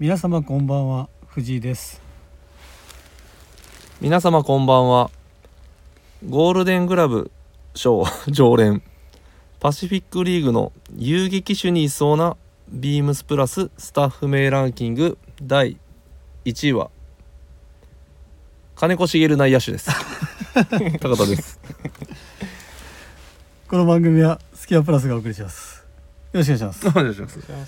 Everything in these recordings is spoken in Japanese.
皆様こんばんは、藤井です。 皆様こんばんは。ゴールデングラブ賞常連パシフィックリーグの遊撃手にいそうなビームスプラススタッフ名ランキング第1位は金子茂内野手です高田です。 この番組はスキアプラスがお送りします。よろしくお願いします。 お願いします。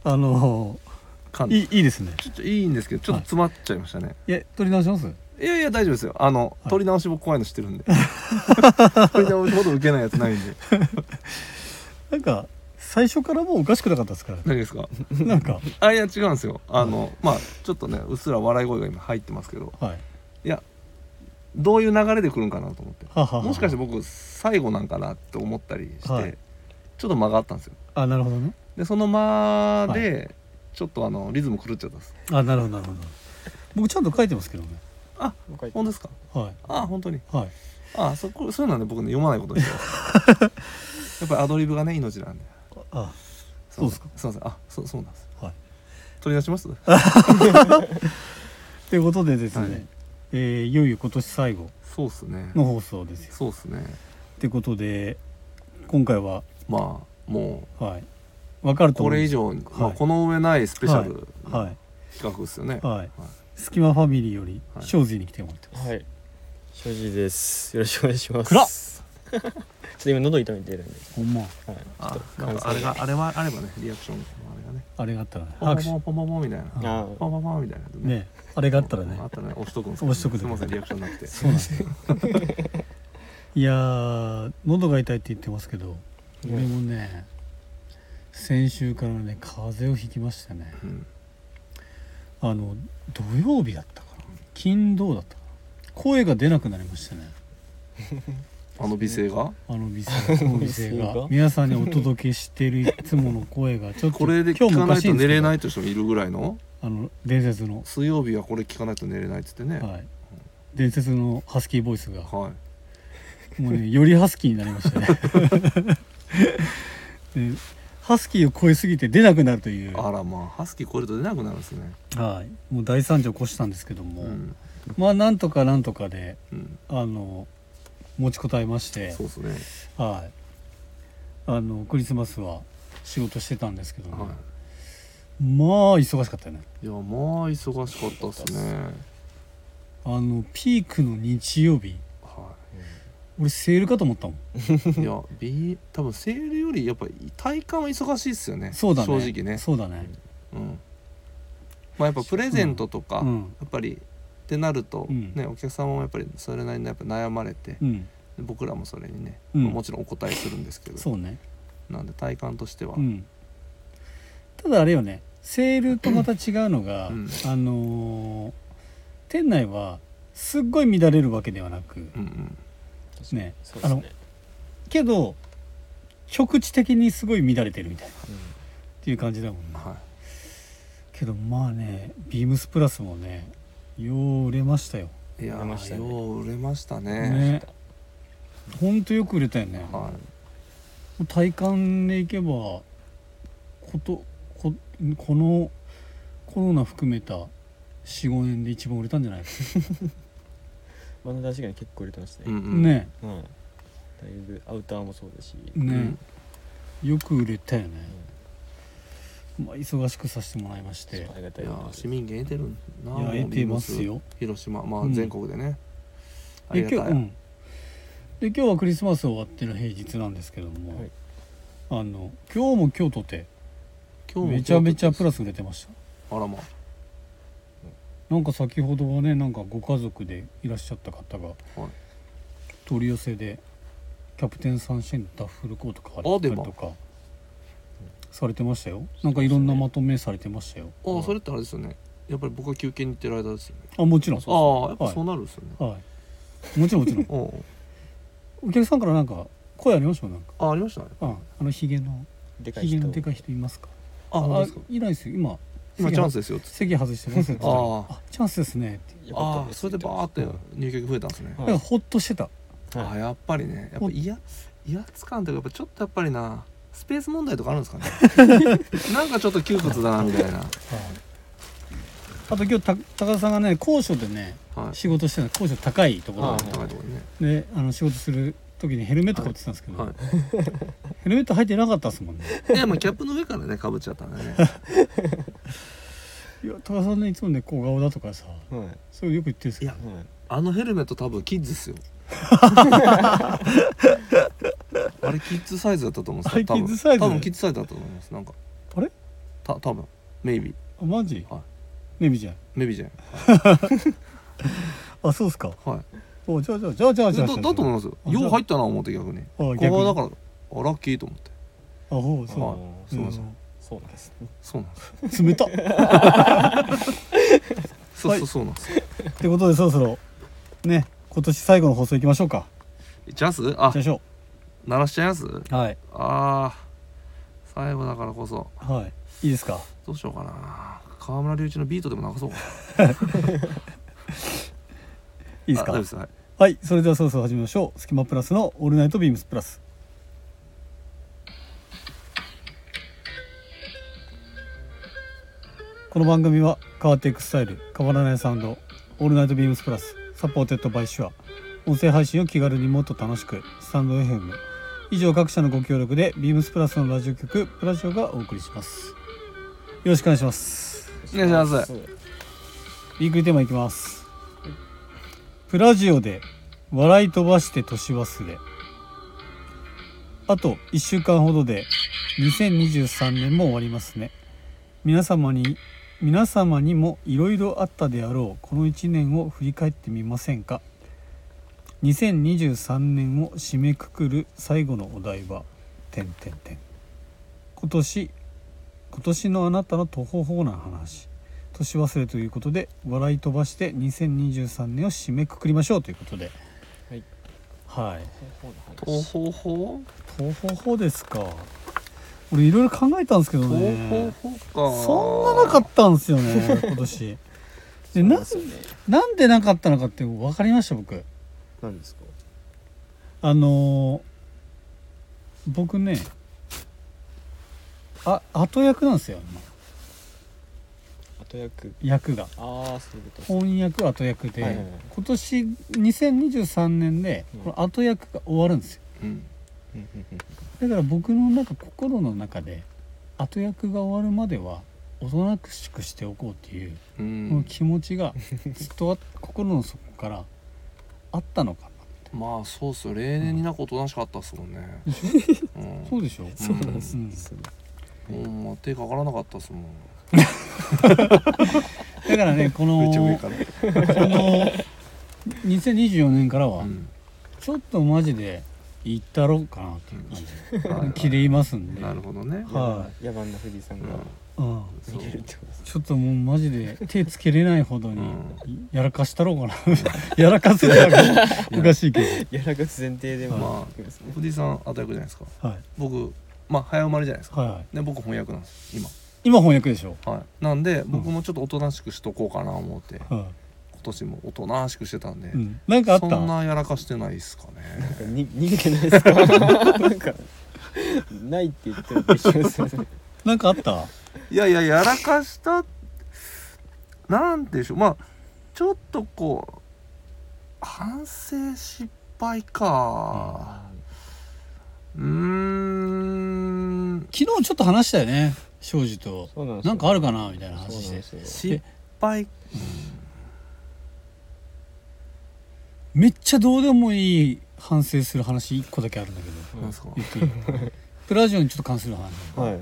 いいですね。 ちょっといいんですけどちょっと詰まっちゃいましたね。 いや、取り直します。 いや大丈夫ですよ。取り直しも怖いの知ってるんで取り直しほど受けないやつないんでなんか最初からもうおかしくなかったですから、ね、 何ですかなんかいや違うんですよ。まあちょっとねうっすら笑い声が今入ってますけど、 はい、 いやどういう流れで来るんかなと思って、 はもしかして僕最後なんかなって思ったりして、 はい、 ちょっと間があったんですよ。 あ、なるほどね。 でその間でちょっとリズム狂っちゃったんです。 あ、なるほどなるほど。僕ちゃんと書いてますけどね。 あ、本当ですか。 はい。 あ、本当に。 はい。 あ、そういうのはね僕ね読まないことにしてますやっぱりアドリブがね命なんで。 あ、そうですか。 すいません。あ、そうなんです。 はい。 取り出しますということでですね、 はい、 いよいよ今年最後の放送ですよ。 そうっすね。 ということで今回はまあもう、はい、分かると思う。 これ以上、まあ、この上ないスペシャル企画ですよね。 はい、はい、スキマファミリーより庄司に来てもらってます。 はい、庄司です。よろしくお願いします。 暗っちょっと今喉痛めてるんで。 ほんま。 はい。 なんかあれはあればねリアクションあれがあったらね。 ポンポンポンポンポンみたいな。ポンポンポンみたいなね。あれがあったらね。 あったね。押しとくんです。 押しとく。 すみませんリアクションなくて。 そうなんですよ。いや喉が痛いって言ってますけど、俺もね先週からね風邪をひきましてね。土曜日だったかな。金土だったかな。声が出なくなりましたね。 美声が皆さんにお届けしているいつもの声がちょっとこれで聞かないと寝れないという人もいるぐらいの伝説の水曜日はこれ聞かないと寝れないっつってね、 はい、伝説のハスキーボイスが、 はい、 もうねよりハスキーになりましたねでハスキーを超えすぎて出なくなるという。 あら、まあハスキー超えると出なくなるんですね。 はい、もう大惨事を起こしたんですけども、まあなんとかで、持ちこたえまして、 そうですね。 はい、クリスマスは仕事してたんですけどね、まあ忙しかったよね。 いやまあ忙しかったですね。 ピークの日曜日、俺セールかと思ったもん。 いや多分セールよりやっぱり体感は忙しいっすよね。 そうだね、 正直ね。 そうだね。 まあやっぱプレゼントとか、やっぱりってなると、ね、お客様もやっぱりそれなりにやっぱ悩まれて、僕らもそれにね、もちろんお答えするんですけど、 そうね。 なんで体感としては、 ただあれよね、セールとまた違うのが、店内はすっごい乱れるわけではなく、ね、けど局地的にすごい乱れてるみたいな、っていう感じだもんね。けどまあね、ビームスプラスもねよう売れましたよ。 いやよう売れましたね。 ほんとよく売れたよね。体感でいけばこのコロナ含めた 4,5 年で一番売れたんじゃないかまだ確かに結構売れてましたね。 ね、 だいぶアウターもそうだしね、よく売れたよね。まあ忙しくさせてもらいまして、 いや市民権得てるな。 いや得てますよ。 広島、まあ全国でね。 で今日はクリスマス終わっての平日なんですけども、今日も今日とてめちゃめちゃプラス売れてました。 あらまあ。 なんか先ほどはね、なんかご家族でいらっしゃった方が取り寄せでキャプテンサンシャインのダッフルコート買われたりとかされてましたよ。なんかいろんなまとめされてましたよ。 それってあれですよね。やっぱり僕が休憩に行ってる間ですよね。 もちろん。 やっぱそうなるんですよね。 はい、もちろんお客さんからなんか声ありましたよ。なんかありましたね。 ヒゲのでかい人いますか。いないですよ。今チャンスですよ。 席外してます。チャンスですねって。 それでバーって入客増えたんですね。 ほっとしてた。 やっぱりね、やっぱ威圧感というかやっぱちょっとやっぱりな、 スペース問題とかあるんですかねなんかちょっと窮屈だなみたいなあと今日高田さんがね高所でね、 はい仕事してるの高所高いところ高いところにねで仕事する時にヘルメットかぶってたんですけど、 はいヘルメット入ってなかったですもんね。 いやまあキャップの上からねかぶっちゃったんでねいや高田さんねいつもね小顔だとかさはいそういうよく言ってるんですけど、 いあのヘルメット多分キッズっすよあれキッズサイズだったと思うんですよあれキッズサイズ多分キッズサイズだったと思いますなんかあれ多分メイビーあマジ、 はいねみじゃんメイビーじゃんあそうっすか。 はいおじゃあだと思いますよあじゃあよう入ったな思って逆にあ小顔だからあラッキーと思ってあほうそう、 はいそうなんですよそうなんですね。 そうなんです冷たっそうなんですよってことでそろそろね今年最後の放送いきましょうか。 いっちゃいます行きましょ鳴らしちゃいますう。はいあ最後だからこそはいいいですか。 どうしようかな河村隆一のビートでも流そうかいいですか。 大丈夫ですはいはいそれではそろそろ始めましょう。スキマプラスのオールナイトビームスプラス。この番組は変わっていくスタイル変わらないサウンドオールナイトビームスプラスサポーテッドバイシュア音声配信を気軽にもっと楽しくスタンド FM 以上各社のご協力でビームスプラスのラジオ局プラジオがお送りします。よろしくお願いします。 お願いしますウィークリーテーマいきます。プラジオで笑い飛ばして年忘れ。あと1週間ほどで2023年も終わりますね。皆様にもいろいろあったであろうこの1年を振り返ってみませんか。2023年を締めくくる最後のお題は今年のあなたの途方法な話年忘れということで笑い飛ばして2023年を締めくくりましょうということではい東方法途方法ですか。俺いろいろ考えたんですけどね東方法かそんななかったんですよね今年でなんでなかったのかって分かりました。僕何ですか。 僕ね後役なんですよ後役がああそういうことです。 翻訳後役で、 はいはいはい今年2023年でこの後役が終わるんですよ。 うんだから僕のなんか心の中で後役が終わるまではおとなしくしておこうっていううこのん気持ちがずっと心の底からあったのかな。 まあそうっすよ例年になくおとなしかったっすもんねそうでしょ。 そうなんですうんもう手かからなかったっすもんだからねこのめっちゃ上からこの2024年からはうんちょっとマジで行ったろうかなっていうはい気でいますんで、 なるほどねは野蛮な富士山がうん、 そう見れるってことです。 ちょっともうマジで手つけれないほどにうんやらかしたろうかなやらかすっておかしいけやらかす前提でもまあいくんですね。 藤井さん後役じゃないですかど、はい僕まあ早生まれじゃないですかはい、 で僕翻訳なんです今今翻訳でしょ、 はいなんで僕もちょっとおとなしくしとこうかな思っては今年もおとなしくしてたんでい、うん、なんかあったそんなやらかしてないっすかなんかね逃げてないですか。なんかないって言ってると一緒ですよね。 なんかあったいややらかしたなんでしょうまあちょっとこう反省失敗かうーん昨日ちょっと話したよね庄司とそうなんですよ。 なんかあるかなみたいな話してそうなんですよ。 失敗めっちゃどうでもいい反省する話1個だけあるんだけどなんですか言っていいプラジオにちょっと関する話はい。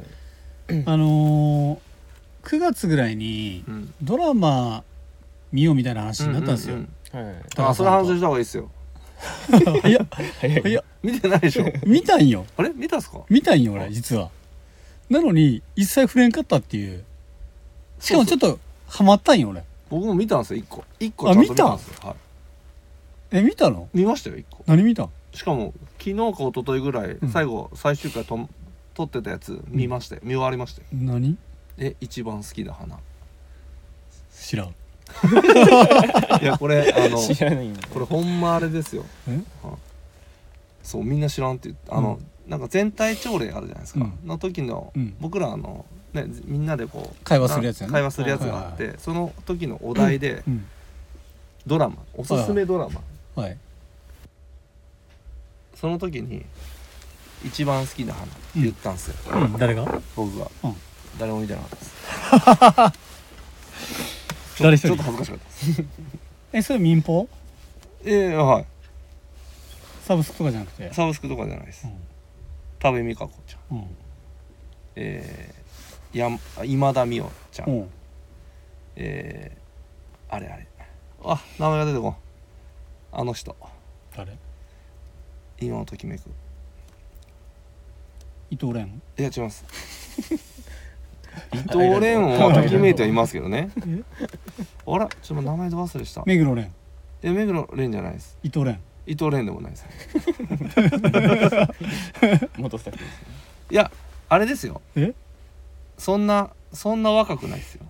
9月ぐらいにうんドラマ見ようみたいな話になったんですよ、 ううはい。 あそれ話した方がいいっすよいや早い。 いや見てないでしょ見たんよあれ見たっすか見たんよ俺実はなのに一切触れんかったっていうしかもちょっとハマったんよ俺僕も見たんですよ一個あちゃんと見たんですよはい見たの見ましたよ1個何見たんしかも昨日か一昨日ぐらい、 うん最終回撮ってたやつ見まして、見終わりまして何一番好きな花知らんいやこれ知らないんだ。 これほんまあれですよえそうみんな知らんって言ってなんか全体朝礼あるじゃないですか、の時の、僕らね、みんなでこう会話するやつやね。 会話するやつがあって、その時のお題で、ドラマおすすめドラマ、はい、その時に一番好きな花って言ったんですよ、 誰が？ 僕が、誰も見てなかったです。 誰一人ちょっと恥ずかしかったですそれ民放？ はい。 サブスクとかじゃなくて？ サブスクとかじゃないです、多部未華子ちゃん、今田美桜ちゃん、あれ名前が出てこん、あの人誰？ 今をときめく伊藤蓮？ いや違います伊藤蓮はときめいてはいますけどねあらちょっと名前で忘れした。 目黒蓮？ 目黒蓮じゃないです。 伊藤蓮？ 伊藤蓮でもないです元スタッフですね。 いやあれですよ、そんな若くないですよ。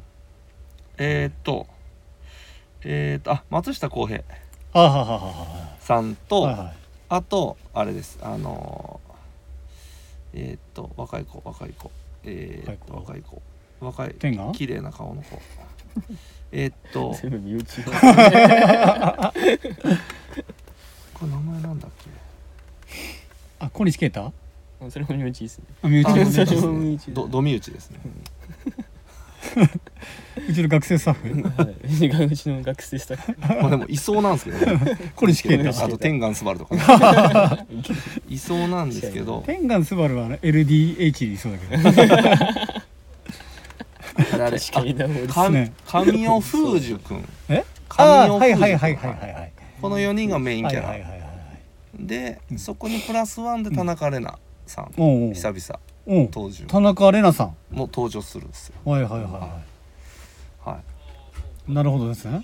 松下洸平さんと、あとあれです、若い子天が綺麗な顔の子全部身内のこれ名前なんだっけ。 小西啓太？ それも身内ですね。 身内ですね。 ど身内ですねうちの学生スタッフうちの学生スタッフまあでもいそうなんですけどね小西啓太、 あと天眼スバルとかいそうなんですけど、 天眼スバルはLDH にいそうだけどあれ神尾楓珠くん、 はいこの4人がメインキャラで、そこにプラスワンで田中玲奈さん、久々登場、 田中玲奈さんも登場するんですよ。 なるほどですね。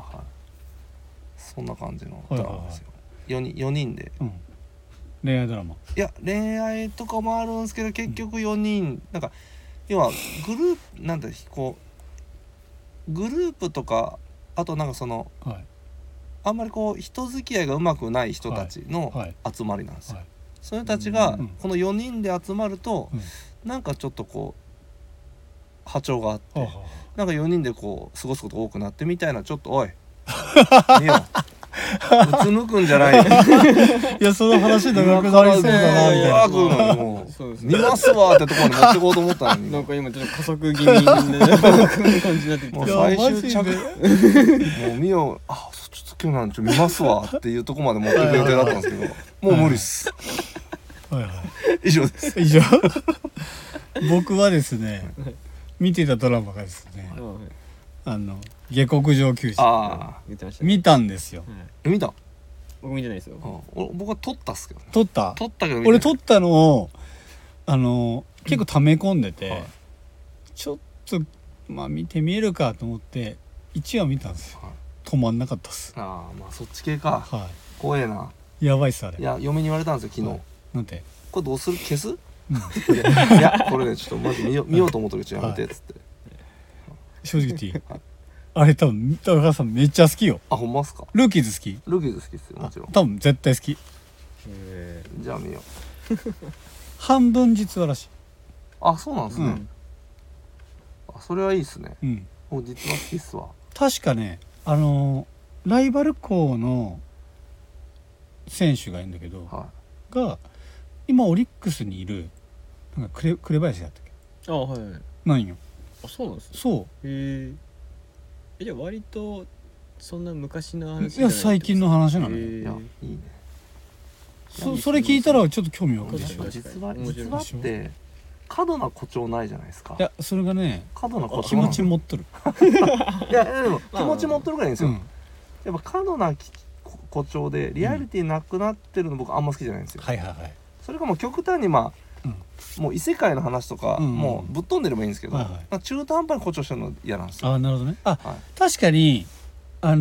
そんな感じのドラマですよ。4人で、 恋愛ドラマ。 いや恋愛とかもあるんですけど、結局4人なんか要はグループなんだこうグループとか、あとなんかその、あんまりこう人付き合いがうまくない人たちの集まりなんですよ。その人たちがこの4人で集まると、なんかちょっとこう波長があって、なんか4人でこう過ごすこと多くなってみたいな、ちょっとおい見ようつむくんじゃないよいやその話長くなりそうだなみたいな、 もう見ますわってところに持ってこうと思ったのになんか今ちょっと加速気味な感じになってきて、 もう最終着もう見よう、ちょっと今日なんちょ見ますわっていうところまで持ってく予定だったんですけど、もう無理っす。以上です。 以上僕はですね見てたドラマがですね、下克上球児見たんですよ。 見た？ 僕見てないですよ。 僕は撮ったっすけど。 撮った？ 撮ったけど俺撮ったのを結構溜め込んでて、ちょっとまあ見てみるかと思って1話見たんですよ。止まんなかったっす。 まあそっち系か。怖えな。 やばいっすあれ。 いや嫁に言われたんですよ昨日。 なんて？ これどうする？消す？いやこれねちょっとまず見ようと思ってるうちやめてっつって。 正直言っていい？あれ多分高橋さんめっちゃ好きよ。 ほんまっすか？ ルーキーズ好き？ ルーキーズ好きっすよもちろん。 多分絶対好き。 じゃあ見よう。半分実話らしい。 そうなんですね。それはいいっすね。もう実話好きっすわ。 確かねライバル校の選手がいるんだけど、が今オリックスにいるなんか紅林だったっけ？なんよ。 そうなんですね。 そう。 じゃあ割とそんな昔の話いや最近の話なのよ。 いやいいね。 それ聞いたらちょっと興味湧くでしょ。 実話って過度な誇張ないじゃないですか。 いやそれがね過度な誇張気持ち持っとるいやでも気持ち持っとるぐらいですよ。やっぱ過度な誇張でリアリティなくなってるの僕あんま好きじゃないんですよ。それがもう極端にもう異世界の話とかもうぶっ飛んでればいいんですけど、中途半端に誇張してるの嫌なんですよ。 なるほどね。確かになん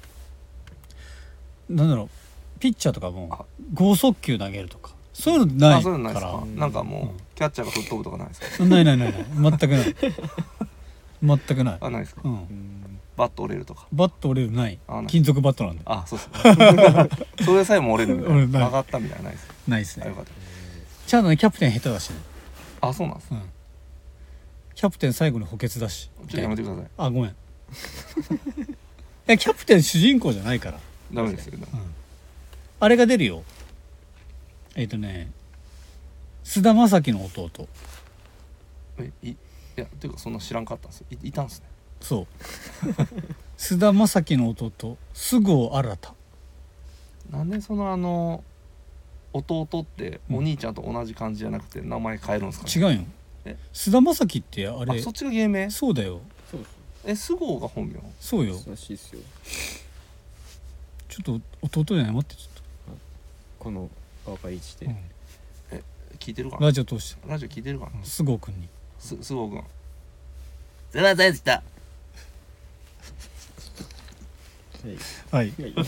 だろうピッチャーとかも剛速球投げるとかそういうのないから。 なんかもうキャッチャーが吹っ飛ぶとかないですか？ ない全くない全くない。 ないですか？バット折れるとか。 バット折れるない。金属バットなんで。 そうっすねそれさえも折れるみたいな曲がったみたいなないです。 ないですね。 ちゃんとねキャプテン下手だしね、 あ、そうなんです。 キャプテン最後に補欠だし。 ちょっとやめてください。 あ、ごめんいやキャプテン主人公じゃないから。 ダメですよね。 あれが出るよ。菅田将暉の弟。 いや、ていうかそんな知らんかったんですよ。いたんですね。 そう菅田将暉の弟菅生新。 なんでその弟ってお兄ちゃんと同じ感じじゃなくて名前変えるんですかね。 違うよ。菅田将暉ってあれそっちが芸名。 そうだよ。 そう菅生が本名。 そうよ。 らしいですよ。 ちょっと弟に謝ってちょっこの若い位置で、 と、 聞いてるかな。 ラジオ通してラジオ聞いてるかな。 菅生君に。 菅生君。すいませんでした。 はいすい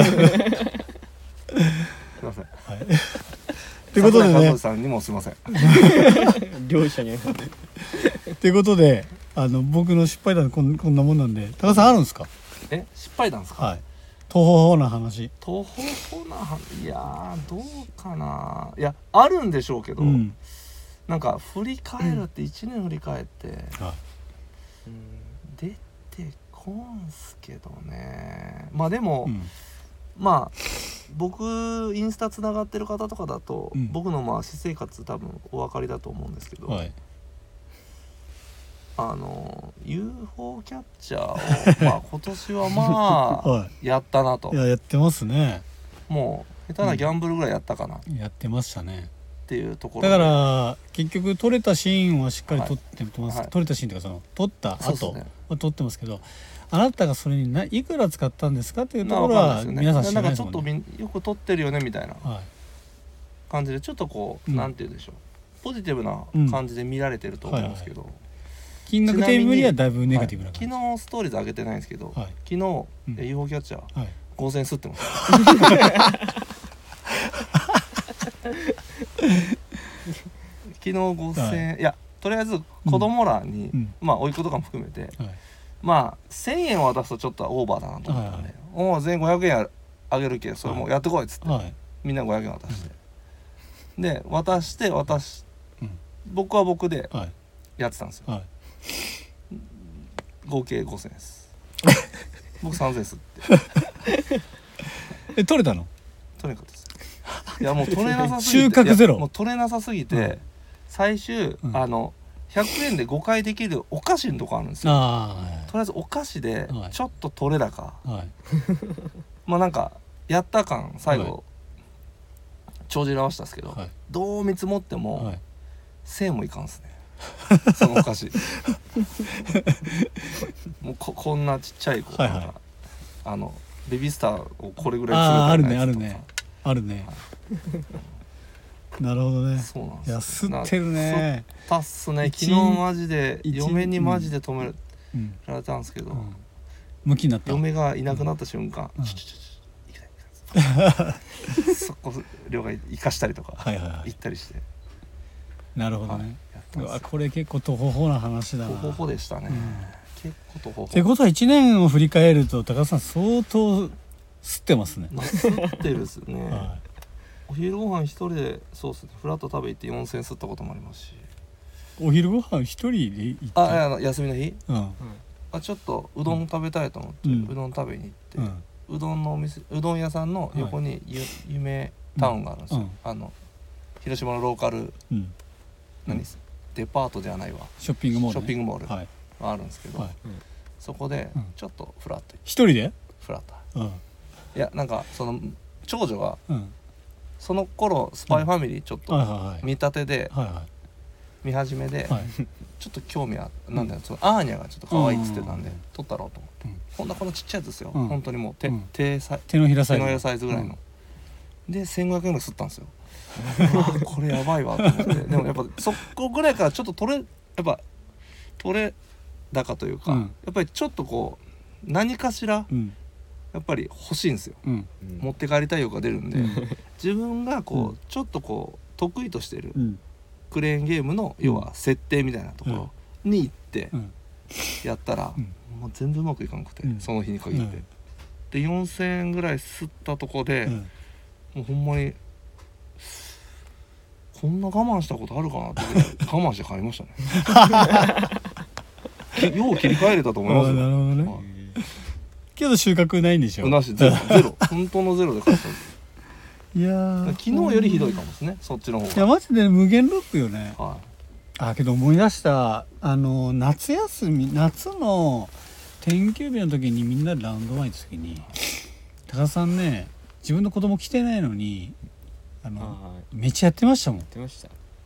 ません。 ということでね桜井和寿さんにもすいません。 両者にということで僕の失敗談こんなもんなんで、高田さんあるんですか？ 失敗談ですか。 はい。とほほな話。 とほほな話、いやーどうかな。いやあるんでしょうけど、なんか振り返るって1年振り返って、出てこんすけどね。まあでも、まあ僕インスタつながってる方とかだと、僕の私生活多分お分かりだと思うんですけど、UFO キャッチャーを今年はやったなと。 いややってますね。 もう下手なギャンブルぐらいやったかな、 やってましたね。 っていうところだから結局撮れたシーンはしっかり撮ってます、 はい、 撮れたシーンというか撮った後ね、 は撮ってますけど、あなたがそれにいくら使ったんですかっていうところは皆さん知らないですもんね。 なんかちょっとよく撮ってるよねみたいな感じでちょっとこう、なんて言うんでしょう、ポジティブな感じで見られてると思うんですけど、 金額的にはだいぶネガティブな感じ。 昨日ストーリーズ上げてないんですけど、昨日、UFO キャッチャー、5000円吸ってます昨日5000円、いやとりあえず子供らに、まあ甥っ子とかも含めて、まあ1000円を渡すとちょっとオーバーだなと思ったんで、おお全員500円あげるけどそれもうやってこいっつって、みんな500円渡して、で渡して、僕は僕でやってたんですよ、合計5000円です僕3000円ですって取れたの？ 取れなかったです。いやもう取れなさすぎて収穫ゼロ。 もう取れなさすぎて、最終100円で5回できるお菓子のとこあるんですよ。とりあえずお菓子でちょっと取れ高、まあなんかやった感最後帳尻合わせたんですけど、どう見積もっても1000円もいかんですねそのお菓子もうこんなちっちゃい子が、ベビースターをこれぐらい詰めたやつとかあるねなるほどね。 そうなんです。 いや吸ってるね。 吸ったっすね。昨日マジで嫁にマジで止められたんですけど、 ムキになった。 嫁がいなくなった瞬間、そこ両替生かしたりとか行ったりして。 なるほどね。これ結構とほほな話だな。 とほほでしたね。結構とほほ。 ってことは1年を振り返ると高田さん相当吸ってますね。 吸ってるっすね。お昼ご飯一人でそうですね、フラッと食べ行って4000円吸ったこともありますし。 お昼ご飯一人で行って？ 休みの日、ちょっとうどん食べたいと思って、うどん食べに行って、うどんのお店、うどん屋さんの横に夢タウンがあるんですよ。広島のローカル、デパートではないわ、 ショッピングモールがあるんですけど、そこでちょっとフラッと一人でフラッと、いやなんかその長女がその頃スパイファミリーちょっと見立てで見始めでちょっと興味あなんだよ、そのアーニャがちょっと可愛いっつってたんで撮ったろうと思って、こんなこのちっちゃいやつですよ、本当にもう手のひらサイズぐらいので1500円ぐらい吸ったんですよこれやばいわと思って。でもやっぱそこぐらいからちょっと取れ高というか、やっぱりちょっとこう何かしらやっぱり欲しいんですよ、持って帰りたい欲が出るんで、自分がこうちょっとこう得意としてるクレーンゲームの要は設定みたいなところに行ってやったらもう全然うまくいかなくて、その日に限って、で4000円ぐらい吸ったとこで、もうほんまにこんな我慢したことあるかなって我慢して帰りましたねよう切り替えれたと思いますよ。 なるほどね、 はいけど収穫ないんでしょ。 なしゼロ本当のゼロで帰ったんです。 いやー昨日よりひどいかもですね、そっちの方が。 いやマジで無限ループよね。 はけど思い出した、夏休み、夏の天休日の時にみんなでラウンドワインの時に高田さんね、自分の子供来てないのにめっちゃやってましたもん。 やってました。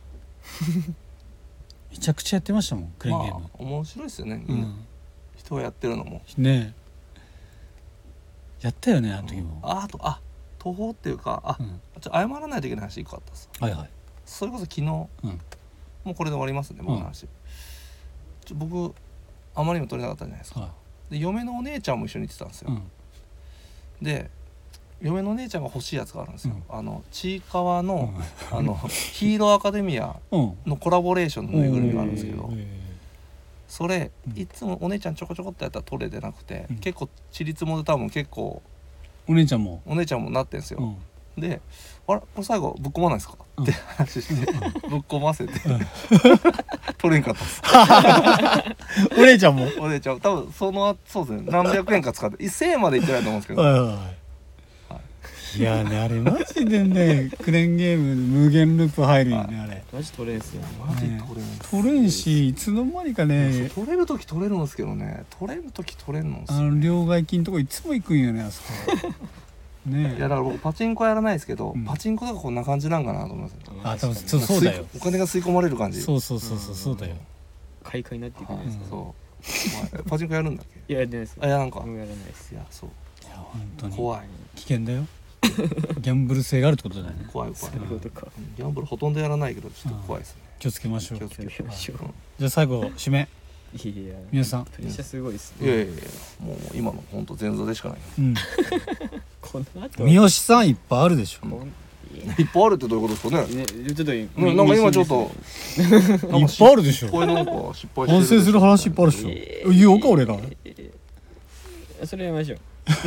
めちゃくちゃやってましたもん、クレーンゲーム。 面白いですよね、人がやってるのもねやったよね、あの時も。 途方っていうか謝らないといけない話1個あったっす。 はいはい。 それこそ昨日、もうこれで終わりますんで、僕の話、僕あまりにも取れなかったじゃないですか、で嫁のお姉ちゃんも一緒に行ってたんですよ、で嫁のお姉ちゃんが欲しいやつがあるんですよ、ちいかわの、ヒーローアカデミアのコラボレーションのぬいぐるみがあるんですけど、それいつもお姉ちゃんちょこちょこってやったら取れてなくて、結構ちりつもで多分結構お姉ちゃんもなってんすよ、でこれ最後ぶっ込まないですか、って話してぶっ込ませて取れんかったっすお姉ちゃんもお姉ちゃん多分そうですね、何百円か使って1000円までいってないと思うんですけど、 いやね、あれマジでねクレーンゲーム無限ループ入るよね、あれマジ取れんすよ。 マジ取れんし、いつの間にかね、 取れる時取れるんですけどね、取れん時取れんのんすよ、 両替金とこいつも行くんよね、あそこね。 いやだから僕パチンコやらないですけど、パチンコとかこんな感じなんかなと思います。 多分そうだよ。 お金が吸い込まれる感じ。 そうだよ。 買い替えになっていくじゃないですか。 そうパチンコやるんだっけ。 いややってないです。 やなんかやらないです。 いやそう、 いや本当に怖い、 危険だよ。ギャンブル性があるってことだよね。 怖いそういうことか。 ギャンブルほとんどやらないけどちょっと怖いですね。 気をつけましょう。 気をつけましょう。 じゃあ最後締め。 いや皆さんプレッシャーすごいですいやね。 もう今の本当前座でしかない。 この後三好さんいっぱいあるでしょ。 いっぱいあるってどういうことですかね。 ね、ちょっとなんか今ちょっといっぱいあるでしょ。 これなんか失敗反省する話いっぱいあるでしょ。言おうか俺が。 それやめましょう。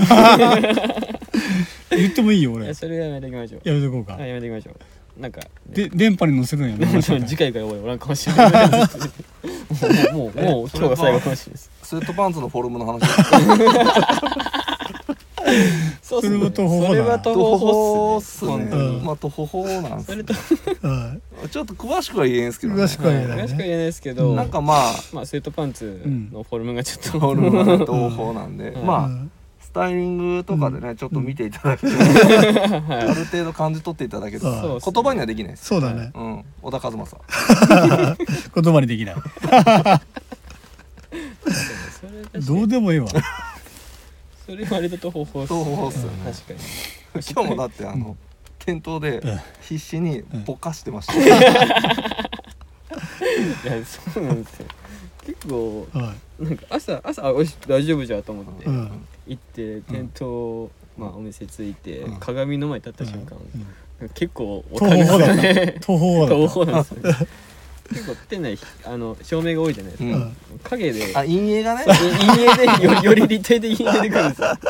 言ってもいいよ俺。 それやめていきましょう。 やめとこうか。 やめていきましょう。なんかで電波に乗せるんやね。 次回から俺おらんかもしれない。もう今日が最後かもしれないです。 スウェットパンツのフォルムの話。 それは徒歩だな。 それは徒歩っすね。まあ徒歩なんです。ちょっと詳しくは言えんすけど。 詳しくは言えない。 詳しくは言えないですけど、 なんかまあスウェットパンツのフォルムがちょっとフォルムが徒歩なんで、まあスタイリングとかでねちょっと見ていただけるとある程度感じ取っていただけると言葉にはできないです。 そうだね。 小田和正。 言葉にできない。どうでもいいわ。 それ割と徒歩っす。 徒歩っすよね。 確かに。 今日もだって店頭で必死にぼかしてました。 いやそうなんですよ。結構なんか朝よし大丈夫じゃと思って行って店頭お店着いて鏡の前に立った瞬間結構お金がね徒歩なんですよ。結構店内照明が多いじゃないですか。影で陰影がね陰影でより立体的に出てくるんですよ。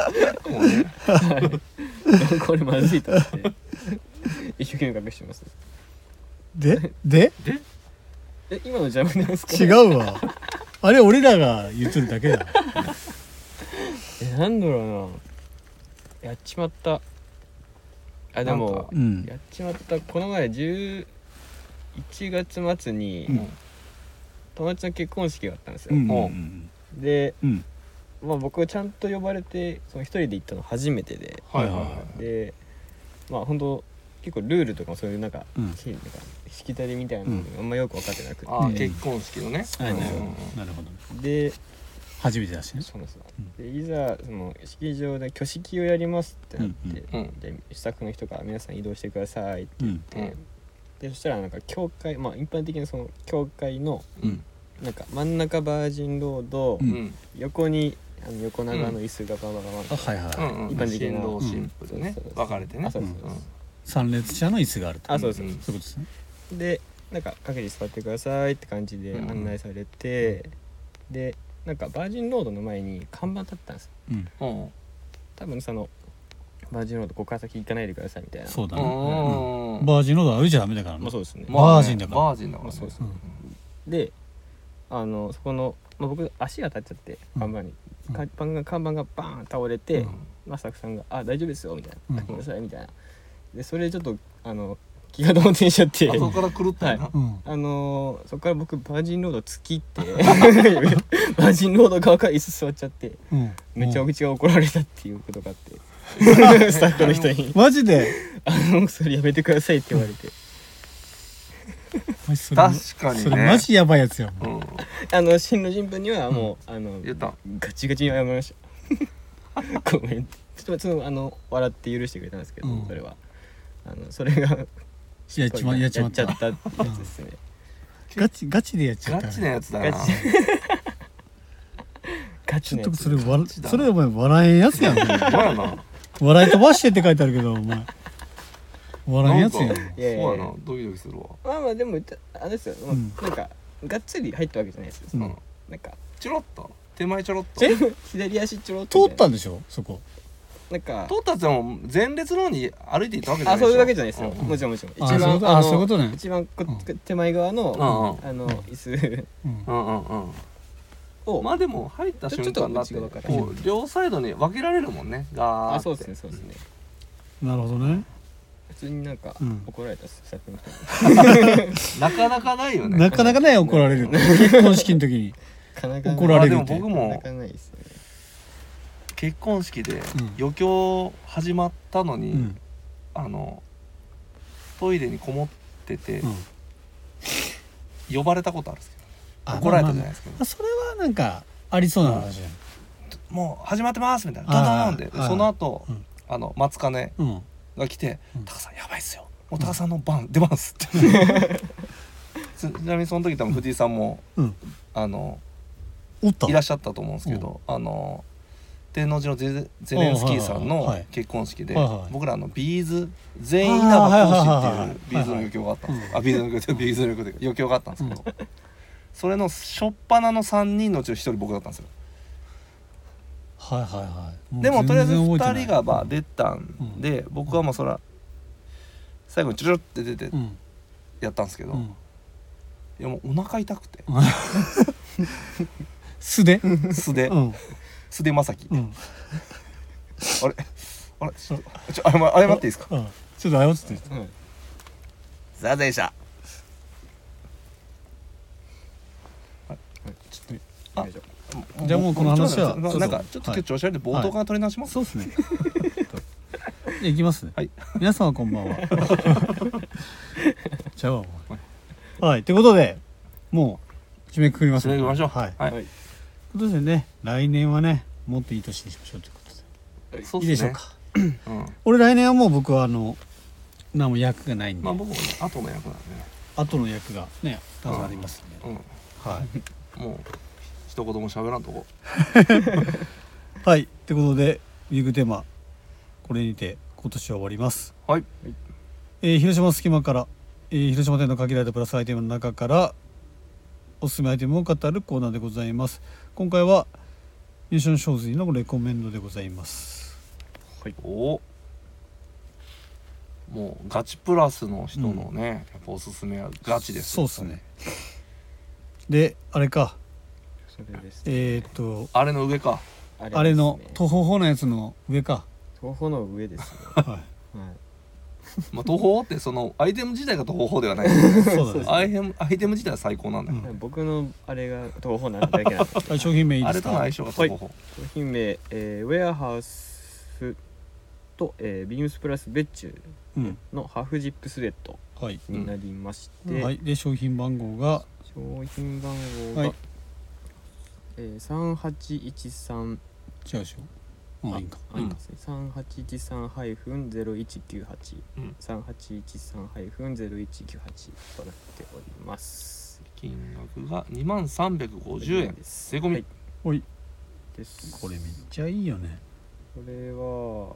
これまずいと思って一生懸命隠してます。 で今のジャムなんですか。 違うわ。あれ俺らが言ってるだけだ。 なんだろうな。やっちまった。でもやっちまった。この前11月末に友達の結婚式があったんですよ。で、僕ちゃんと呼ばれて一人で行ったの初めてで、で本当結構ルールとかもそういうなんかしきたりみたいなのあんまよく分かってなくて、 結婚式のね。 なるほど。 で初めてだしね。 そうなんですよ。でいざその式場で挙式をやりますってなって、でスタッフの人が皆さん移動してくださいって言って、でそしたらなんか教会一般的なその教会のなんか真ん中バージンロード、横に横長の椅子がババババ一般的な新婦でね分かれてね。 参列者の椅子があると。 そうです。 そういうことですね。 でなんか陰に座ってくださいって感じで案内されて、でなんかバージンロードの前に看板立ったんですよ。多分そのバージンロードここから先行かないでくださいみたいな。 そうだね、 うんバージンロード歩いちゃダメだからね、 まあそうですね。 バージンだからバージンだからね。 そうですで、そこの、僕足が当たっちゃって看板に、看板がバーン倒れて、スタッフさんが「あ大丈夫ですよ」みたいな「ごめんなさい」みたいな。でそれでちょっと気が動転しちゃって、 あそこから狂ったよな、 そこから僕バージンロード突きってバージンロード側から椅子座っちゃって、めちゃくちゃ怒られたっていうことがあってスタッフの人にマジでそれやめてくださいって言われてそれ確かにねそれマジやばいやつやもん、 新郎新婦にはもう、 言ったガチガチに謝りましたごめんちょっと笑って許してくれたんですけど、それはそれがやっちまやっちゃったってやつですね。 ガチでやっちゃった、 ガチなやつだな。 ガチちょっとなやつ。 それお前笑えんやつやんまやな。 笑い飛ばしてって書いてあるけどお前笑えんやつやんいやいやそうやな、ドキドキするわ。 まあでもあれですよ、なんかがっつり入ったわけじゃないですよ。なんかちょろっと手前ちょろっと左足ちょろっと通ったんでしょそこ。 なんか通ったっても前列の方に歩いていったわけじゃないでしょ。 そういうわけじゃないですよ。もちろんもちろん。一番そういうことね。 一番手前側の椅子をまあでも入った瞬間だってこう両サイドに分けられるもんね。ガーって。 そうですねそうですね。 なるほどね。 普通になんか怒られたスタッフの人に。 なかなかないよね。 なかなかね怒られる。結婚式の時に怒られるって。 でも僕も結婚式で余興始まったのにトイレにこもってて呼ばれたことあるんですけど、怒られたじゃないですか。 それはなんかありそうな話じゃん。 もう始まってますみたいなドンドンで、その後松金が来て「タカさんやばいっすよ、もうタカさんの番出ます」ってちなみにその時多分藤井さんもいらっしゃったと思うんですけど、天王寺のゼレンスキーさんの結婚式で僕らビーズ全員稲葉講師っていうビーズの余興があったんですよ。ビーズの余興があったんですけど、それの初っ端の3人のうちの1人僕だったんですよ。 はいはいはい。 でもとりあえず2人が出たんで、僕はもうそら最後にチュルルって出てやったんですけど、いやもうお腹痛くて素手素手まさき、あれ謝っていいですか。 ちょっと謝ってて、 すいませんでした。 じゃあもうこの話はなんかちょっと今日調子悪いんで冒頭から取り直します。 そうですね。いきますね。 はい。 皆様こんばんは。じゃあはいということでもう締めくくります。 締めくくりましょう。 はい。ということでね、来年はねもっといい年にしましょうということで。いいでしょうか。俺来年はもう僕は何も役がないんで。 まあ僕もね後の役なんでね。 後の役がねたくさんありますんで。はい。 もう一言も喋らんとこ。 はいということでビッグテーマこれにて今年は終わります。 はい。 広島隙間から、広島店の限られたプラスアイテムの中からおすすめアイテムを語るコーナーでございます。今回は優勝賞水のレコメンドでございます。 はい。もうガチプラスの人のね、やっぱおすすめはガチです。 そうですね。であれか。 あれの上か。 あれの徒歩歩のやつの上か。 徒歩の上ですね。はい。 まあ徒歩ってそのアイテム自体が徒歩ではない。そうだね。アイテム自体は最高なんだよ。 僕のあれが徒歩なだけなんで。 商品名いいですか。 あれとの相性が徒歩。 商品名ウェアハウスとビームスプラス別注のハーフジップスウェットになりまして、 はい。で商品番号が 3813 違うでしょ。いいか。 3813-0198 3813-0198となっております。 金額が2350円税込み。 はいです。 これめっちゃいいよね。 これは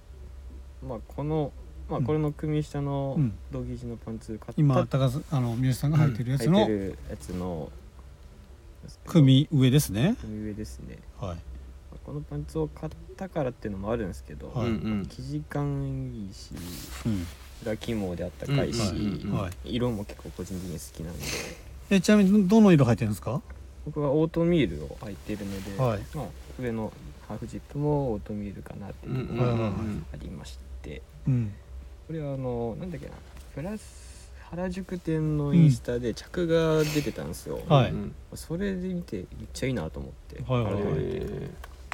これの組下の同生地のパンツ買った今高須三好さんが履いてるやつの、 組上ですね。 はい。 このパンツを買ったからっていうのもあるんですけど、 はい生地感いいし、裏起毛であったかいし、色も結構個人的に好きなんで。 ちなみにどの色入ってるんですか？ 僕はオートミールを履いてるので、 はいまあ、上のハーフジップもオートミールかなっていうところがありまして、これはなんだっけな、プラス原宿店のインスタで着が出てたんですよ、それで見てめっちゃいいなと思って、そうなんですよ。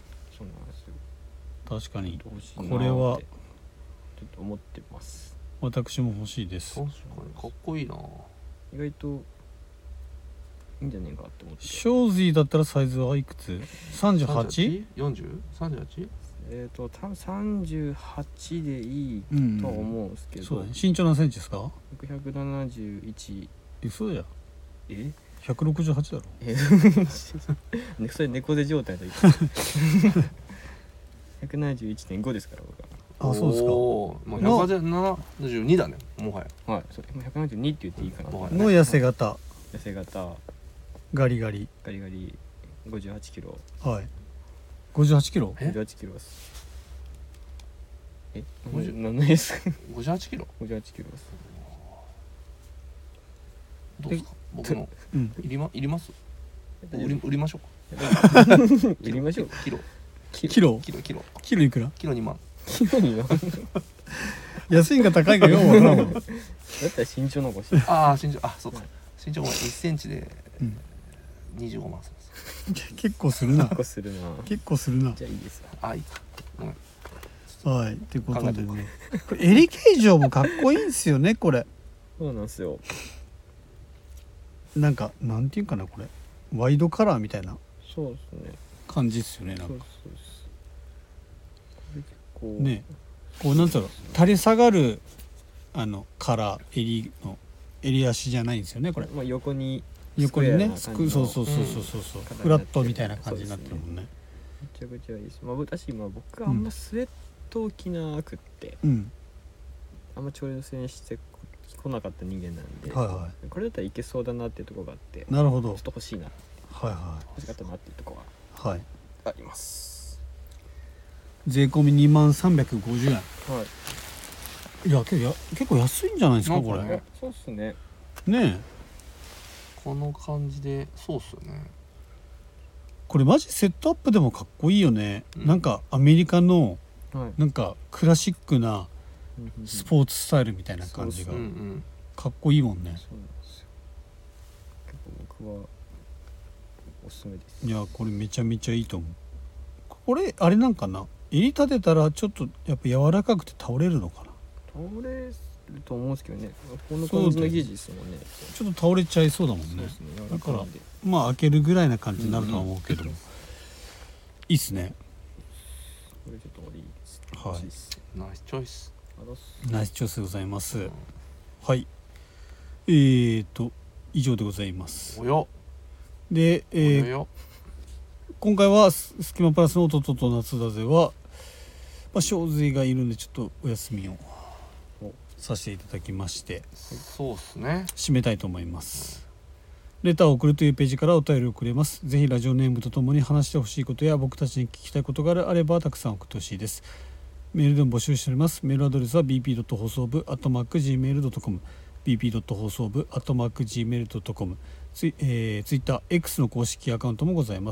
確かにこれはちょっと思ってます。 私も欲しいです。 確かにかっこいいな。 意外といいんじゃねえかって思って。 ショーズイだったらサイズはいくつ？ 38？ 40？38？ 多分38でいいとは思うんですけど、 そうだね。身長何センチですか？ 僕171。 嘘じゃ。 え ？168だろ。 それ猫背状態の時171.5 ですから僕は。 あ、そうですか。 まあ、172だね、もはや。 はい、そう172って言っていいかな。 の痩せ型。 痩せ型。 ガリガリ 58キロ。 はい。58キロ ？58キロです。何ですか ？58キロ ？58キロです。 どうですか？僕のいります？売りましょうか。 売りましょう。 キロいくら？ キロ2万。 キロ2万。 安いんか高いんかようわからんわ。 だったら身長の方が欲しい。 ああ、身長、あ、そうか。身長1センチで25万するんです。 結構するな。 結構するな。じゃあいいです。 あ、いいか。 はい、ってことでね。これ襟形状もかっこいいんですよね、これ。 そうなんですよ。 なんかなんていうかな、これワイドカラーみたいな。 そうですね。 感じですよね、なんか。 そうこうね、こうなんつうの、垂れ下がるカラー襟足じゃないんですよね、これ。 まあ横にね、そうフラットみたいな感じになってるもんね。 めちゃくちゃいいです。まあ私僕はあんまスウェットを着なくって、あんま挑戦してこなかった人間なんで、これだったらいけそうだなっていうところがあって、 なるほど、 ちょっと欲しいな、欲しかったなっていうところがあります。 税込み2350円。いや結構安いんじゃないですかこれ。 そうっすね。 ねえ、 この感じでそうっすよね。 これマジセットアップでもかっこいいよね。なんかアメリカのなんかクラシックなスポーツスタイルみたいな感じがかっこいいもんね。 そうなんですよ。結構僕はおすすめです。 いやこれめちゃめちゃいいと思う。これあれなんかな、襟立てたらちょっとやっぱ柔らかくて倒れるのかな。 倒れると思うんですけどね。この感じの生地ですもんね。 ちょっと倒れちゃいそうだもんね。だからまあ開けるぐらいな感じになるとは思うけども、いいっすね。 これちょっといいですね。 はい。 ナイスチョイス。 ナイスチョイスでございます。はい。以上でございます。で、今回はスキマプラスの弟と夏だぜは、小髄がいるんでちょっとお休みをさせていただきまして、 そうですね、 締めたいと思います。レターを送るというページからお便りをくれます。ぜひラジオネームとともに話してほしいことや僕たちに聞きたいことがあればたくさん送ってほしいです。メールでも募集しております。メールアドレスは bp. 放送部@gmail.com bp. 放送部@gmail.com ツイッター X の公式アカウントもございます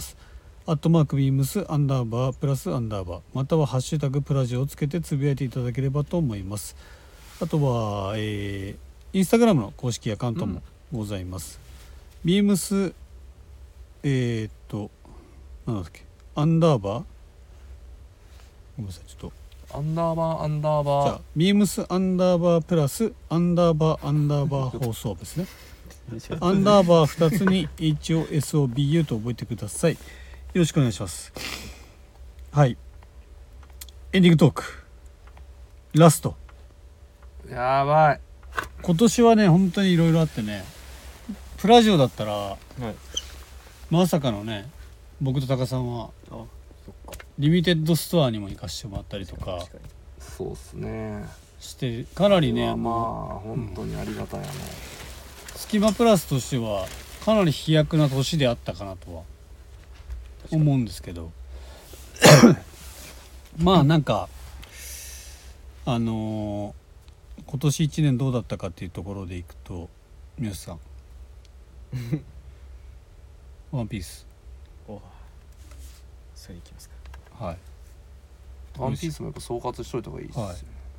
。@beams_+_ またはハッシュタグプラジオをつけてつぶやいていただければと思います。あとは、インスタグラムの公式アカウントもございます。beams なんだっけ、アンダーバー、ごめんなさい、ちょっとアンダーバーじゃあbeams _+_ 放送部ですね。アンダーバー2つに HOSOBU と覚えてください。よろしくお願いします。はい、エンディングトークラスト。 やばい、 今年はね本当にいろいろあってね、プラジオだったら、まさかのね、僕とタカさんはリミテッドストアにも行かせてもらったりとか、 そうっすね、 してかなりね、 まあ本当にありがたいスキマプラスとしてはかなり飛躍な年であったかなとは思うんですけどまあなんか今年1年どうだったかっていうところでいくと皆さんワンピースおそれいきますか。 はいワンピースもやっぱ総括しといた方がいいですよね、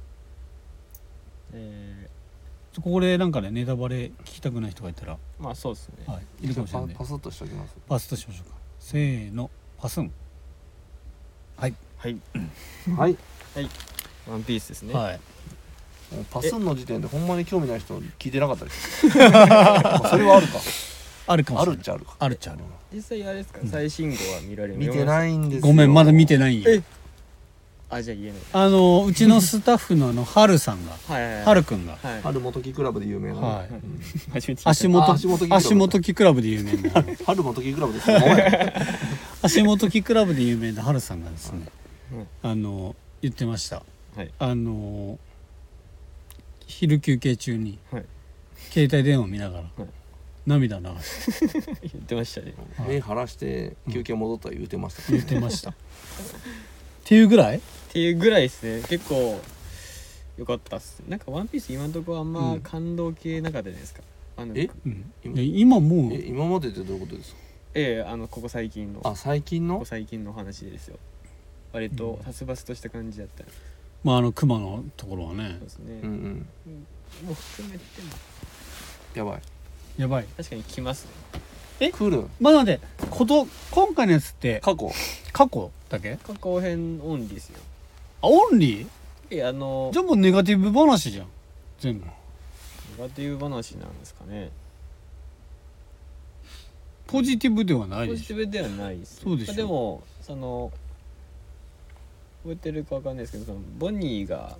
ここでなんかねネタバレ聞きたくない人がいたらまあそうですね、 はい、いるかもしれない。 パスッとしておきます。 パスッとしましょうか。せーのパスン。はいはいはいワンピースですね。 はい。 もうパスンの時点でほんまに興味ない人聞いてなかったですそれはあるか。 あるかもしれない。 あるっちゃあるか。 あるっちゃある。 実際あれですか、最新号は見られる？ 見てないんですよ。 ごめんまだ見てないんよ。 あ、じゃあ言えない。 うちのスタッフのハルさんがハルくんがはい春元木クラブで有名な、 はい初めて聞いた。 足元木クラブで有名な春元木クラブですよ足元木クラブで有名なハルさんがですね言ってました。 はい、 昼休憩中にはい、 携帯電話見ながら、 はい、 涙流して言ってましたね。 目晴らして休憩戻ったら言ってました、 言ってましたっていうぐらいっていうぐらいですね。結構良かったっす。なんかワンピース今のところあんま感動系なかったじゃないですか。 今もう今までってどういうことですか？ ここ最近の最近の話ですよ。割と殺伐とした感じだった。 まあ熊のところはね。 そうですね。 もう含めてもやばい確かに来ますね。来る。 まだで今回のやつって過去だけ？ 過去編オンリーですよ。 あ、オンリー？ じゃあもうネガティブ話じゃん全部。 ネガティブ話なんですかね。 ポジティブではないでしょ。 ポジティブではないです。 そうでしょ。 でも覚えてるかわかんないですけど、ボニーが、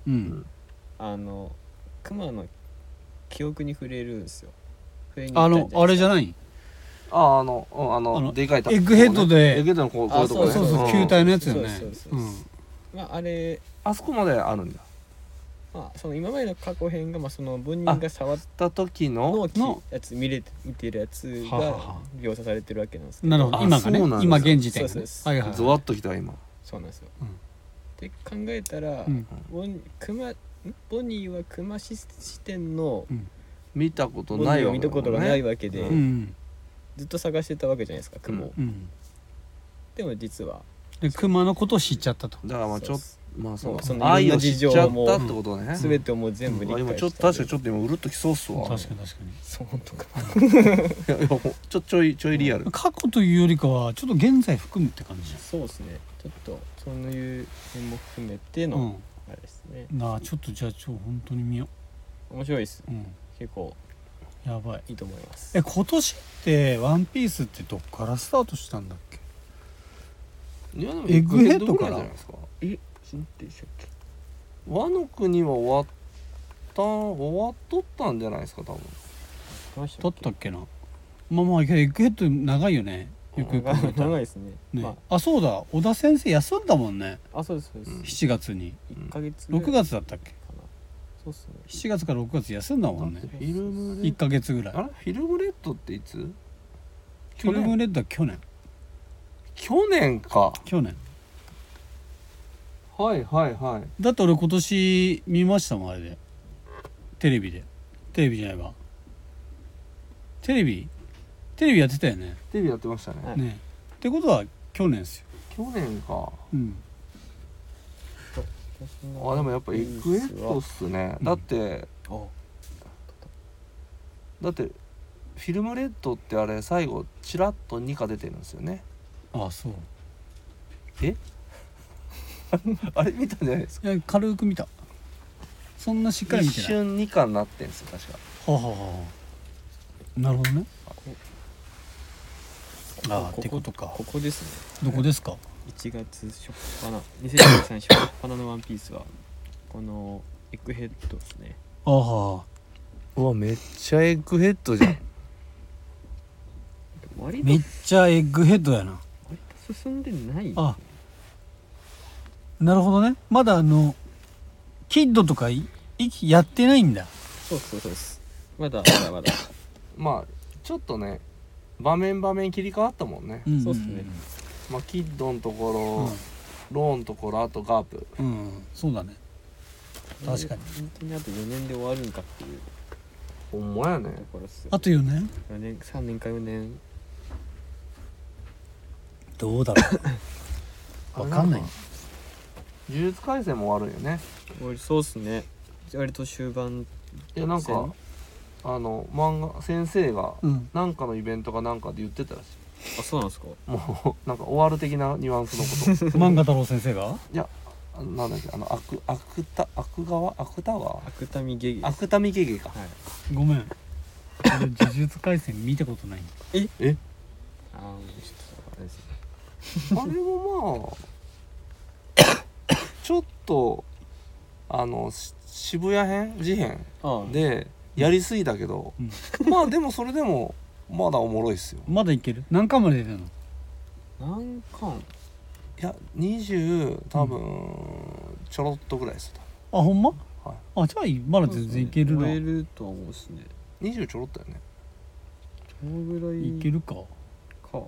クマの記憶に触れるんですよ。 あれじゃない？ でかいエッグヘッドでエッグヘッドのこういうとこね。 そう球体のやつよね。 まああれあそこまであるんだ。 まあその今までの過去編がそのボニーが触った時のやつ見てるやつが描写されてるわけなんですけど。 なるほど。今がね。今現時点で。 はいはい。ゾワッときた今。 そうなんですよ。って考えたらボニーはクマ視点の見たことないわけで、ずっと探してたわけじゃないですか、クモを。でも実はクマのことを知っちゃったと。 だからまあちょっとその愛を知っちゃったってことね。 全てをもう全部理解した。 今確かにちょっと今うるっときそうっすわ。 確かにそう本当か。 ちょいリアル。 過去というよりかはちょっと現在含むって感じ。 そうですね。ちょっとそういう点も含めてのあれですね。 ちょっとじゃあ本当に見よう。面白いです。結構やばい。 いいと思います。 今年ってワンピースってどっからスタートしたんだっけ？エッグヘッドからじゃないですか。 新でしたっけ？ ワノ国は終わっとったんじゃないですか多分。 だったっけな。まあエッグヘッド長いよね。よく考えたら長いですね。 そうだ、小田先生休んだもんね。 そうです 7月に 1ヶ月 6月だったっけ？ そうっすね。 7月から6月休んだもんね。1ヶ月ぐらい。 フィルムレッドっていつ？ フィルムレッドは去年か。去年。 はいだって俺今年見ましたもん、あれで。テレビじゃないわ。テレビやってたよね。 テレビやってましたね。 ってことは去年ですよ。 去年か。でもやっぱエッグヘッドっすね。だってフィルムレッドってあれ最後チラッと2課出てるんですよね。 そう。 あれ見たんじゃないですか？ 軽く見た。そんなしっかり見てない。 一瞬2課になってんですよ確か。 なるほどね。ってことか。 ここですね。どこですか ？1月初っ端2023年初っ端のワンピースはこのエッグヘッドですね。 うわめっちゃエッグヘッドじゃん。 めっちゃエッグヘッドやな。 割と進んでない。 なるほどね。まだキッドとかやってないんだ。 そうです。まだまあちょっとね場面切り替わったもんね。 そうっすね。 キッドのところ、 ローンところあとガープ。 そうだね、確かに本当にあと4年で終わるんかっていう。 ほんまやね。 あと4年 4年3年か4年。 どうだろう分かんない。 呪術廻戦も終わるんよね。 終わりそうっすね。割と終盤。 いやなんか漫画先生がなんかのイベントかなんかで言ってたらしい。 あ、そうなんですか。 もうなんか終わる的なニュアンスのこと漫画太郎先生がいやなんだっけ芥見ゲゲ。 芥見ゲゲか。 ごめん俺呪術廻戦見たことない。 えああ、ちょっとあれですね。 あれもちょっと渋谷編事変でやりすぎだけど、まあでもそれでもまだおもろいっすよ。 まだいける。何巻まで出てるの？ 何巻？ いや20多分ちょろっとぐらいですあ、ほんま？ はい。 あ、じゃあまだ全然いけるな。 終えるとは思うっすね。 20ちょろっとよね。 そのぐらいいけるか。 なんか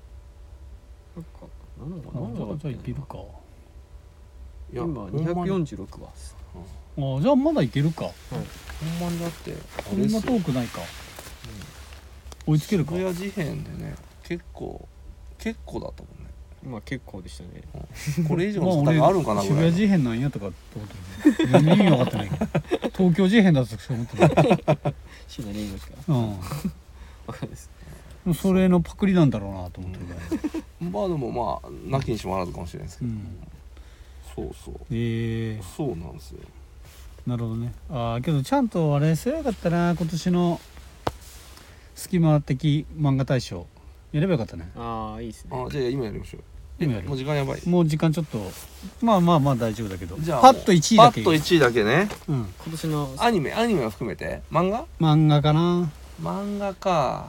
何のじゃあいけるか。 いや今246話っす。 じゃあまだいけるか。 ほんまにだってそんな遠くないか。追いつけるか。 渋谷事変でね結構だったもんね。 まあ結構でしたね。 これ以上の差があるんかなぐらい。 渋谷事変なんやとかって思ってる。全然意味分かってないけど。東京事変だとしか思ってない。 シナリオですか。わかんないです。 それのパクリなんだろうなと思ってるから。 まあでもまあなきにしもあらずかもしれないですけど。そうそう。そうなんですよ。 なるほどね。けどちゃんとあれすればよかったな。今年の隙間的漫画大賞やればよかったね。 ああ、いいですね。 じゃあ今やりましょう。 今やる。 もう時間やばい。 もう時間ちょっとまあ大丈夫だけど。 じゃあパッと1位だけ。 パッと1位だけね。 今年のアニメを含めて漫画かな。 漫画か。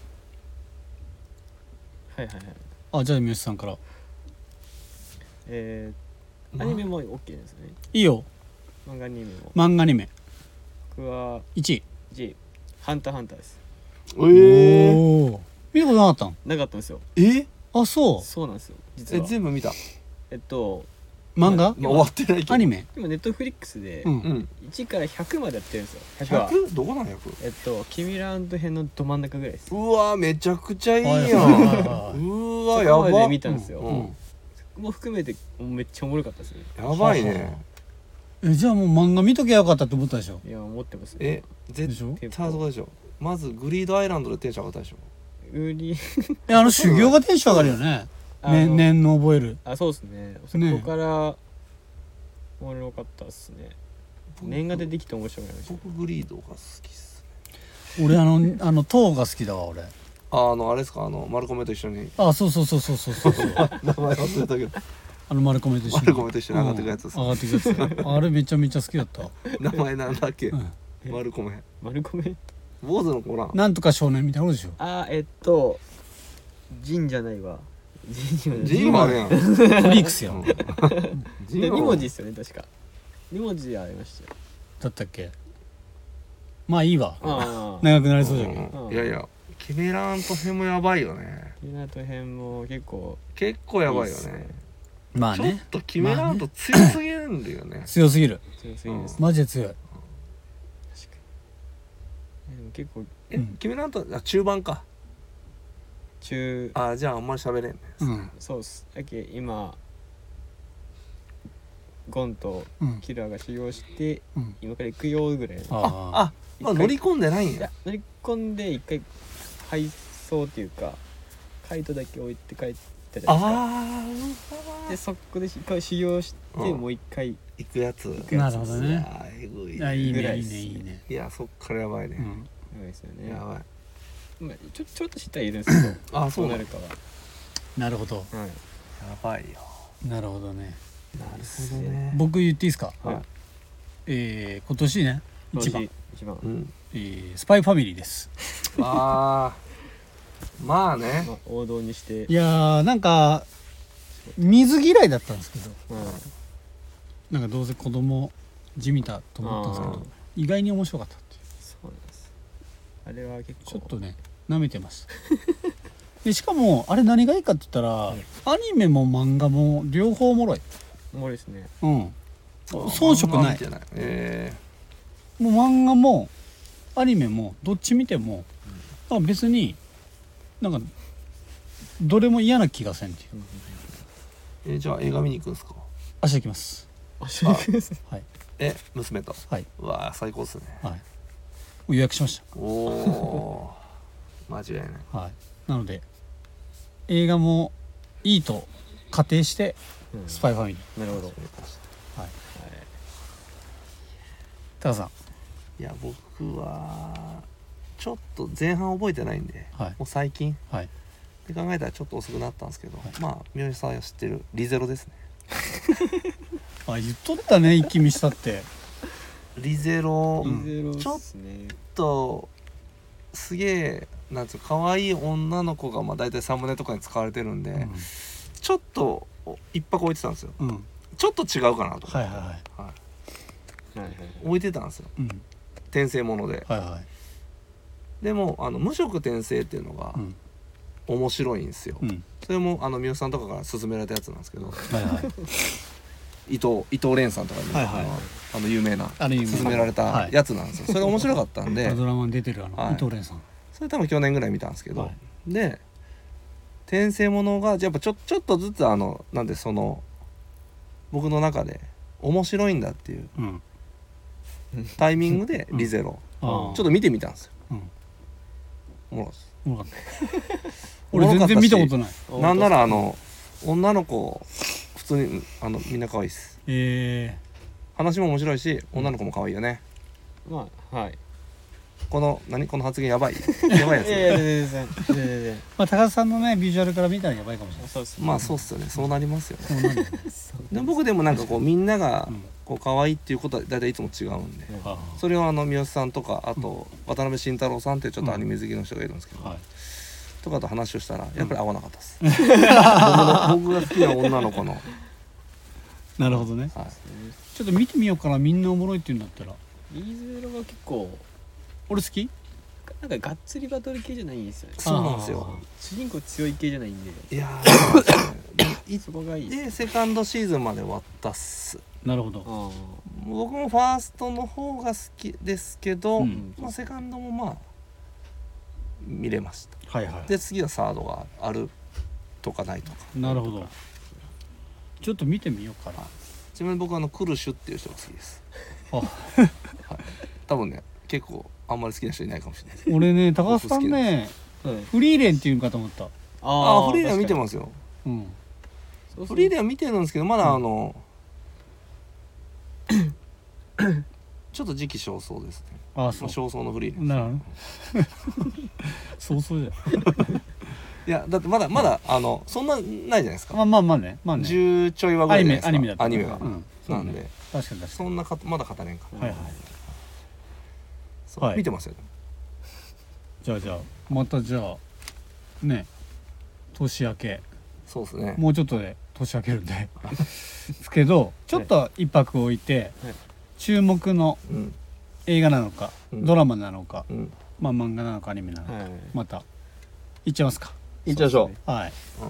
はい。 じゃあ三好さんから。 アニメも OK ですね。 いいよ。 漫画アニメも。 漫画アニメ。 僕は 1位。 ハンターハンターです。 見たことなかったん？ なかったんですよ。 そうなんですよ。実は。 全部見た。 漫画？ 終わってないけど。 アニメ？ 今ネットフリックスで1から100までやってるんですよ。 100？どこなん100？ 君らの編のど真ん中ぐらいです。 うわめちゃくちゃいいやん。うわやば。 そこまで見たんですよ。も含めてめっちゃおもろかったですね。 やばいね。 じゃあもう漫画見ときゃよかったって思ったでしょ。 いや思ってますね。 絶対そうでしょ。まずグリードアイランドでテンション上がったでしょ。 修行がテンション上がるよね。念の覚える。 そうですね。そこからおもろかったっすね。念が出てきて面白くなりました。 僕グリードが好きっすね。俺トーが好きだわ俺。 あれですかマルコメと一緒に。 そう。名前忘れたけど。 マルコメと一緒に上がってくやつです。 あれめちゃめちゃ好きだった。 名前なんだっけ？マルコメ。坊主の子ら。 なんとか少年みたいなことでしょ。 ジンじゃないわ。 ジンもあるやん。フリークスやん。 2文字ですよね確か。2文字ありましたよ。 だったっけ？まあいいわ。長くなりそうじゃけど。 いやキメラント編もやばいよね。 キメラント編も結構やばいよね。 まあね。 ちょっとキメラント強すぎるんだよね。 強すぎる。マジで強い。 確かに。でも結構キメラント中盤か。じゃああんまり喋れんね。 そうっす。だけ今ゴンとキラーが修行して今から行くよぐらいの。 まあ乗り込んでないんや。 乗り込んで一回配送っていうかカイトだけ置いて帰ったじゃないですか。でそこで一回修行してもう一回行くやつ。 なるほどね。いいね。 いやそっからやばいね。やばいですよね。 やばい。 ちょっと知ったらいるんですけどそうなるかは。 なるほど。 やばいよ。 なるほどね。 僕言っていいですか？今年ね一番スパイファミリーです。 まあね。 王道にして。 いやなんか水嫌いだったんですけど、なんかどうせ子供地味だと思ったんですけど意外に面白かったっていう。 そうなんです。あれは結構ちょっとね舐めてました。 でしかもあれ何がいいかって言ったら、アニメも漫画も両方おもろい。 おもろいですね。 遜色ない。もう漫画もアニメもどっち見ても、別になんかどれも嫌な気がせんっていう。 じゃあ映画見に行くんですか？ 明日行きます。 明日行くんです。 はい。 娘と。 はい。 うわ最高っすね。 はい。予約しました。 おお。間違いない。 はい。なので映画もいいと仮定してスパイファミリー。 なるほど。 はい。タカさん。 いや僕はちょっと前半覚えてないんで、もう最近。はい。で考えたらちょっと遅くなったんですけど、まあ三好さんが知ってるリゼロですね。 言っとったね、一気見したって。 リゼロ、ちょっとすげえなんつう可愛い女の子がまあ大体サムネとかに使われてるんで、ちょっと一泊置いてたんですよ。ちょっと違うかなと。置いてたんですよ。転生もので。でも無色転生っていうのが面白いんですよ。それも三好さんとかから勧められたやつなんですけど、伊藤蓮さんとかに有名な勧められたやつなんですよ。それが面白かったんでドラマに出てる伊藤蓮さん、 それ多分去年ぐらい見たんですけど、で転生ものがやっぱちょっとずつなんで僕の中で面白いんだっていうタイミングでリゼロちょっと見てみたんですよ。おもろかった。 俺全然見たことない。 なんなら女の子普通にみんな可愛いです。話も面白いし女の子も可愛いよね。 まあはい。 この発言やばいやばいやつ。 全然。 まあ高田さんのねビジュアルから見たらやばいかもしれない。 まあそうっすよね。そうなりますよね。で僕でもなんかこうみんながこう可愛いっていうことは大体いつも違うんで、それを三好さんとかあと渡辺慎太郎さんっていうちょっとアニメ好きの人がいるんですけど、とかと話をしたらやっぱり合わなかったです。僕が好きな女の子の。 なるほどね。ちょっと見てみようかな。みんなおもろいって言うんだったら。 リゼロが結構俺好き？ なんかがっつりバトル系じゃないんですよね。 そうなんですよ。 主人公強い系じゃないんで。 いやそこがいいでセカンドシーズンまで終わったっす。 なるほど。 僕もファーストの方が好きですけど、まあセカンドもまあ見れました。で次はサードがあるとかないとか。 なるほど。ちょっと見てみようかな。 ちなみに僕はクルシュっていう人が好きです。多分ね結構あんまり好きな人いないかもしれない。 俺ね高橋さんねフリーレンっていうかと思った。 フリーレンは見てますよ。フリーレンは見てるんですけどまだちょっと時期尚早ですね。尚早のフリーレン。 なるほど。早々じゃ。 いやだってまだそんなないじゃないですか。 まあね。 10ちょいはぐらいじゃないですか。アニメは。なんで確かにそんなまだ語れんか。見てますよ。 じゃあまたね年明け。 そうですね。 もうちょっとで年明けるんで。ですけどちょっと一泊置いて注目の映画なのかドラマなのかまあ漫画なのかアニメなのかまたいっちゃいますか。 いっちゃいましょう。 はい。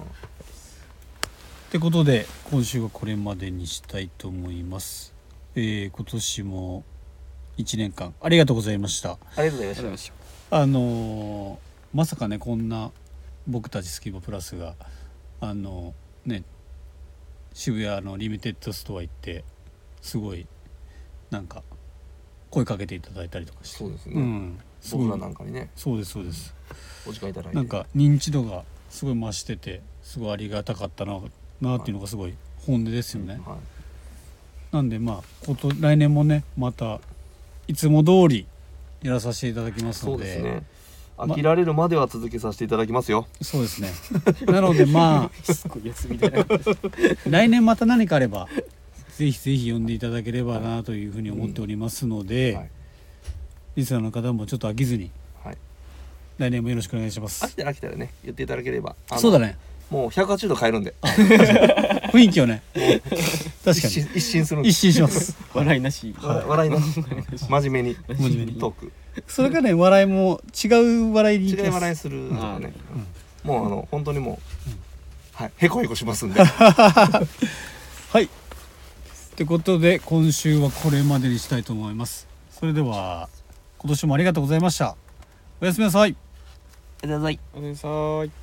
ってことで今週はこれまでにしたいと思います。今年も1年間ありがとうございました。 ありがとうございました。 まさかねこんな僕たちスキバプラスがね渋谷のリミテッドストア行ってすごいなんか声かけていただいたりとかして。 そうですね。僕らなんかにね。 そうです。 お時間いただいてなんか認知度がすごい増しててすごいありがたかったなっていうのがすごい本音ですよね。なんでまあ来年もねまたいつも通りやらさせていただきますので。 そうですね。飽きられるまでは続けさせていただきますよ。 そうですね。なのでまあすごいやつみたいな。 来年また何かあればぜひ呼んでいただければなというふうに思っておりますので、リスナーの方もちょっと飽きずに来年もよろしくお願いします。 飽きたらね言っていただければ。 そうだね。 もう180度変えるんで。 雰囲気をね。確かに一新するんで。一新します。 笑いなし。 笑いなし。真面目にトーク。 それがね笑いも違う笑いに違う笑いするとかね。 もう本当にもう、はい、へこへこしますんではいってことで今週はこれまでにしたいと思います。それでは今年もありがとうございました。おやすみなさい。 ありがとうございます。 おやすみなさい。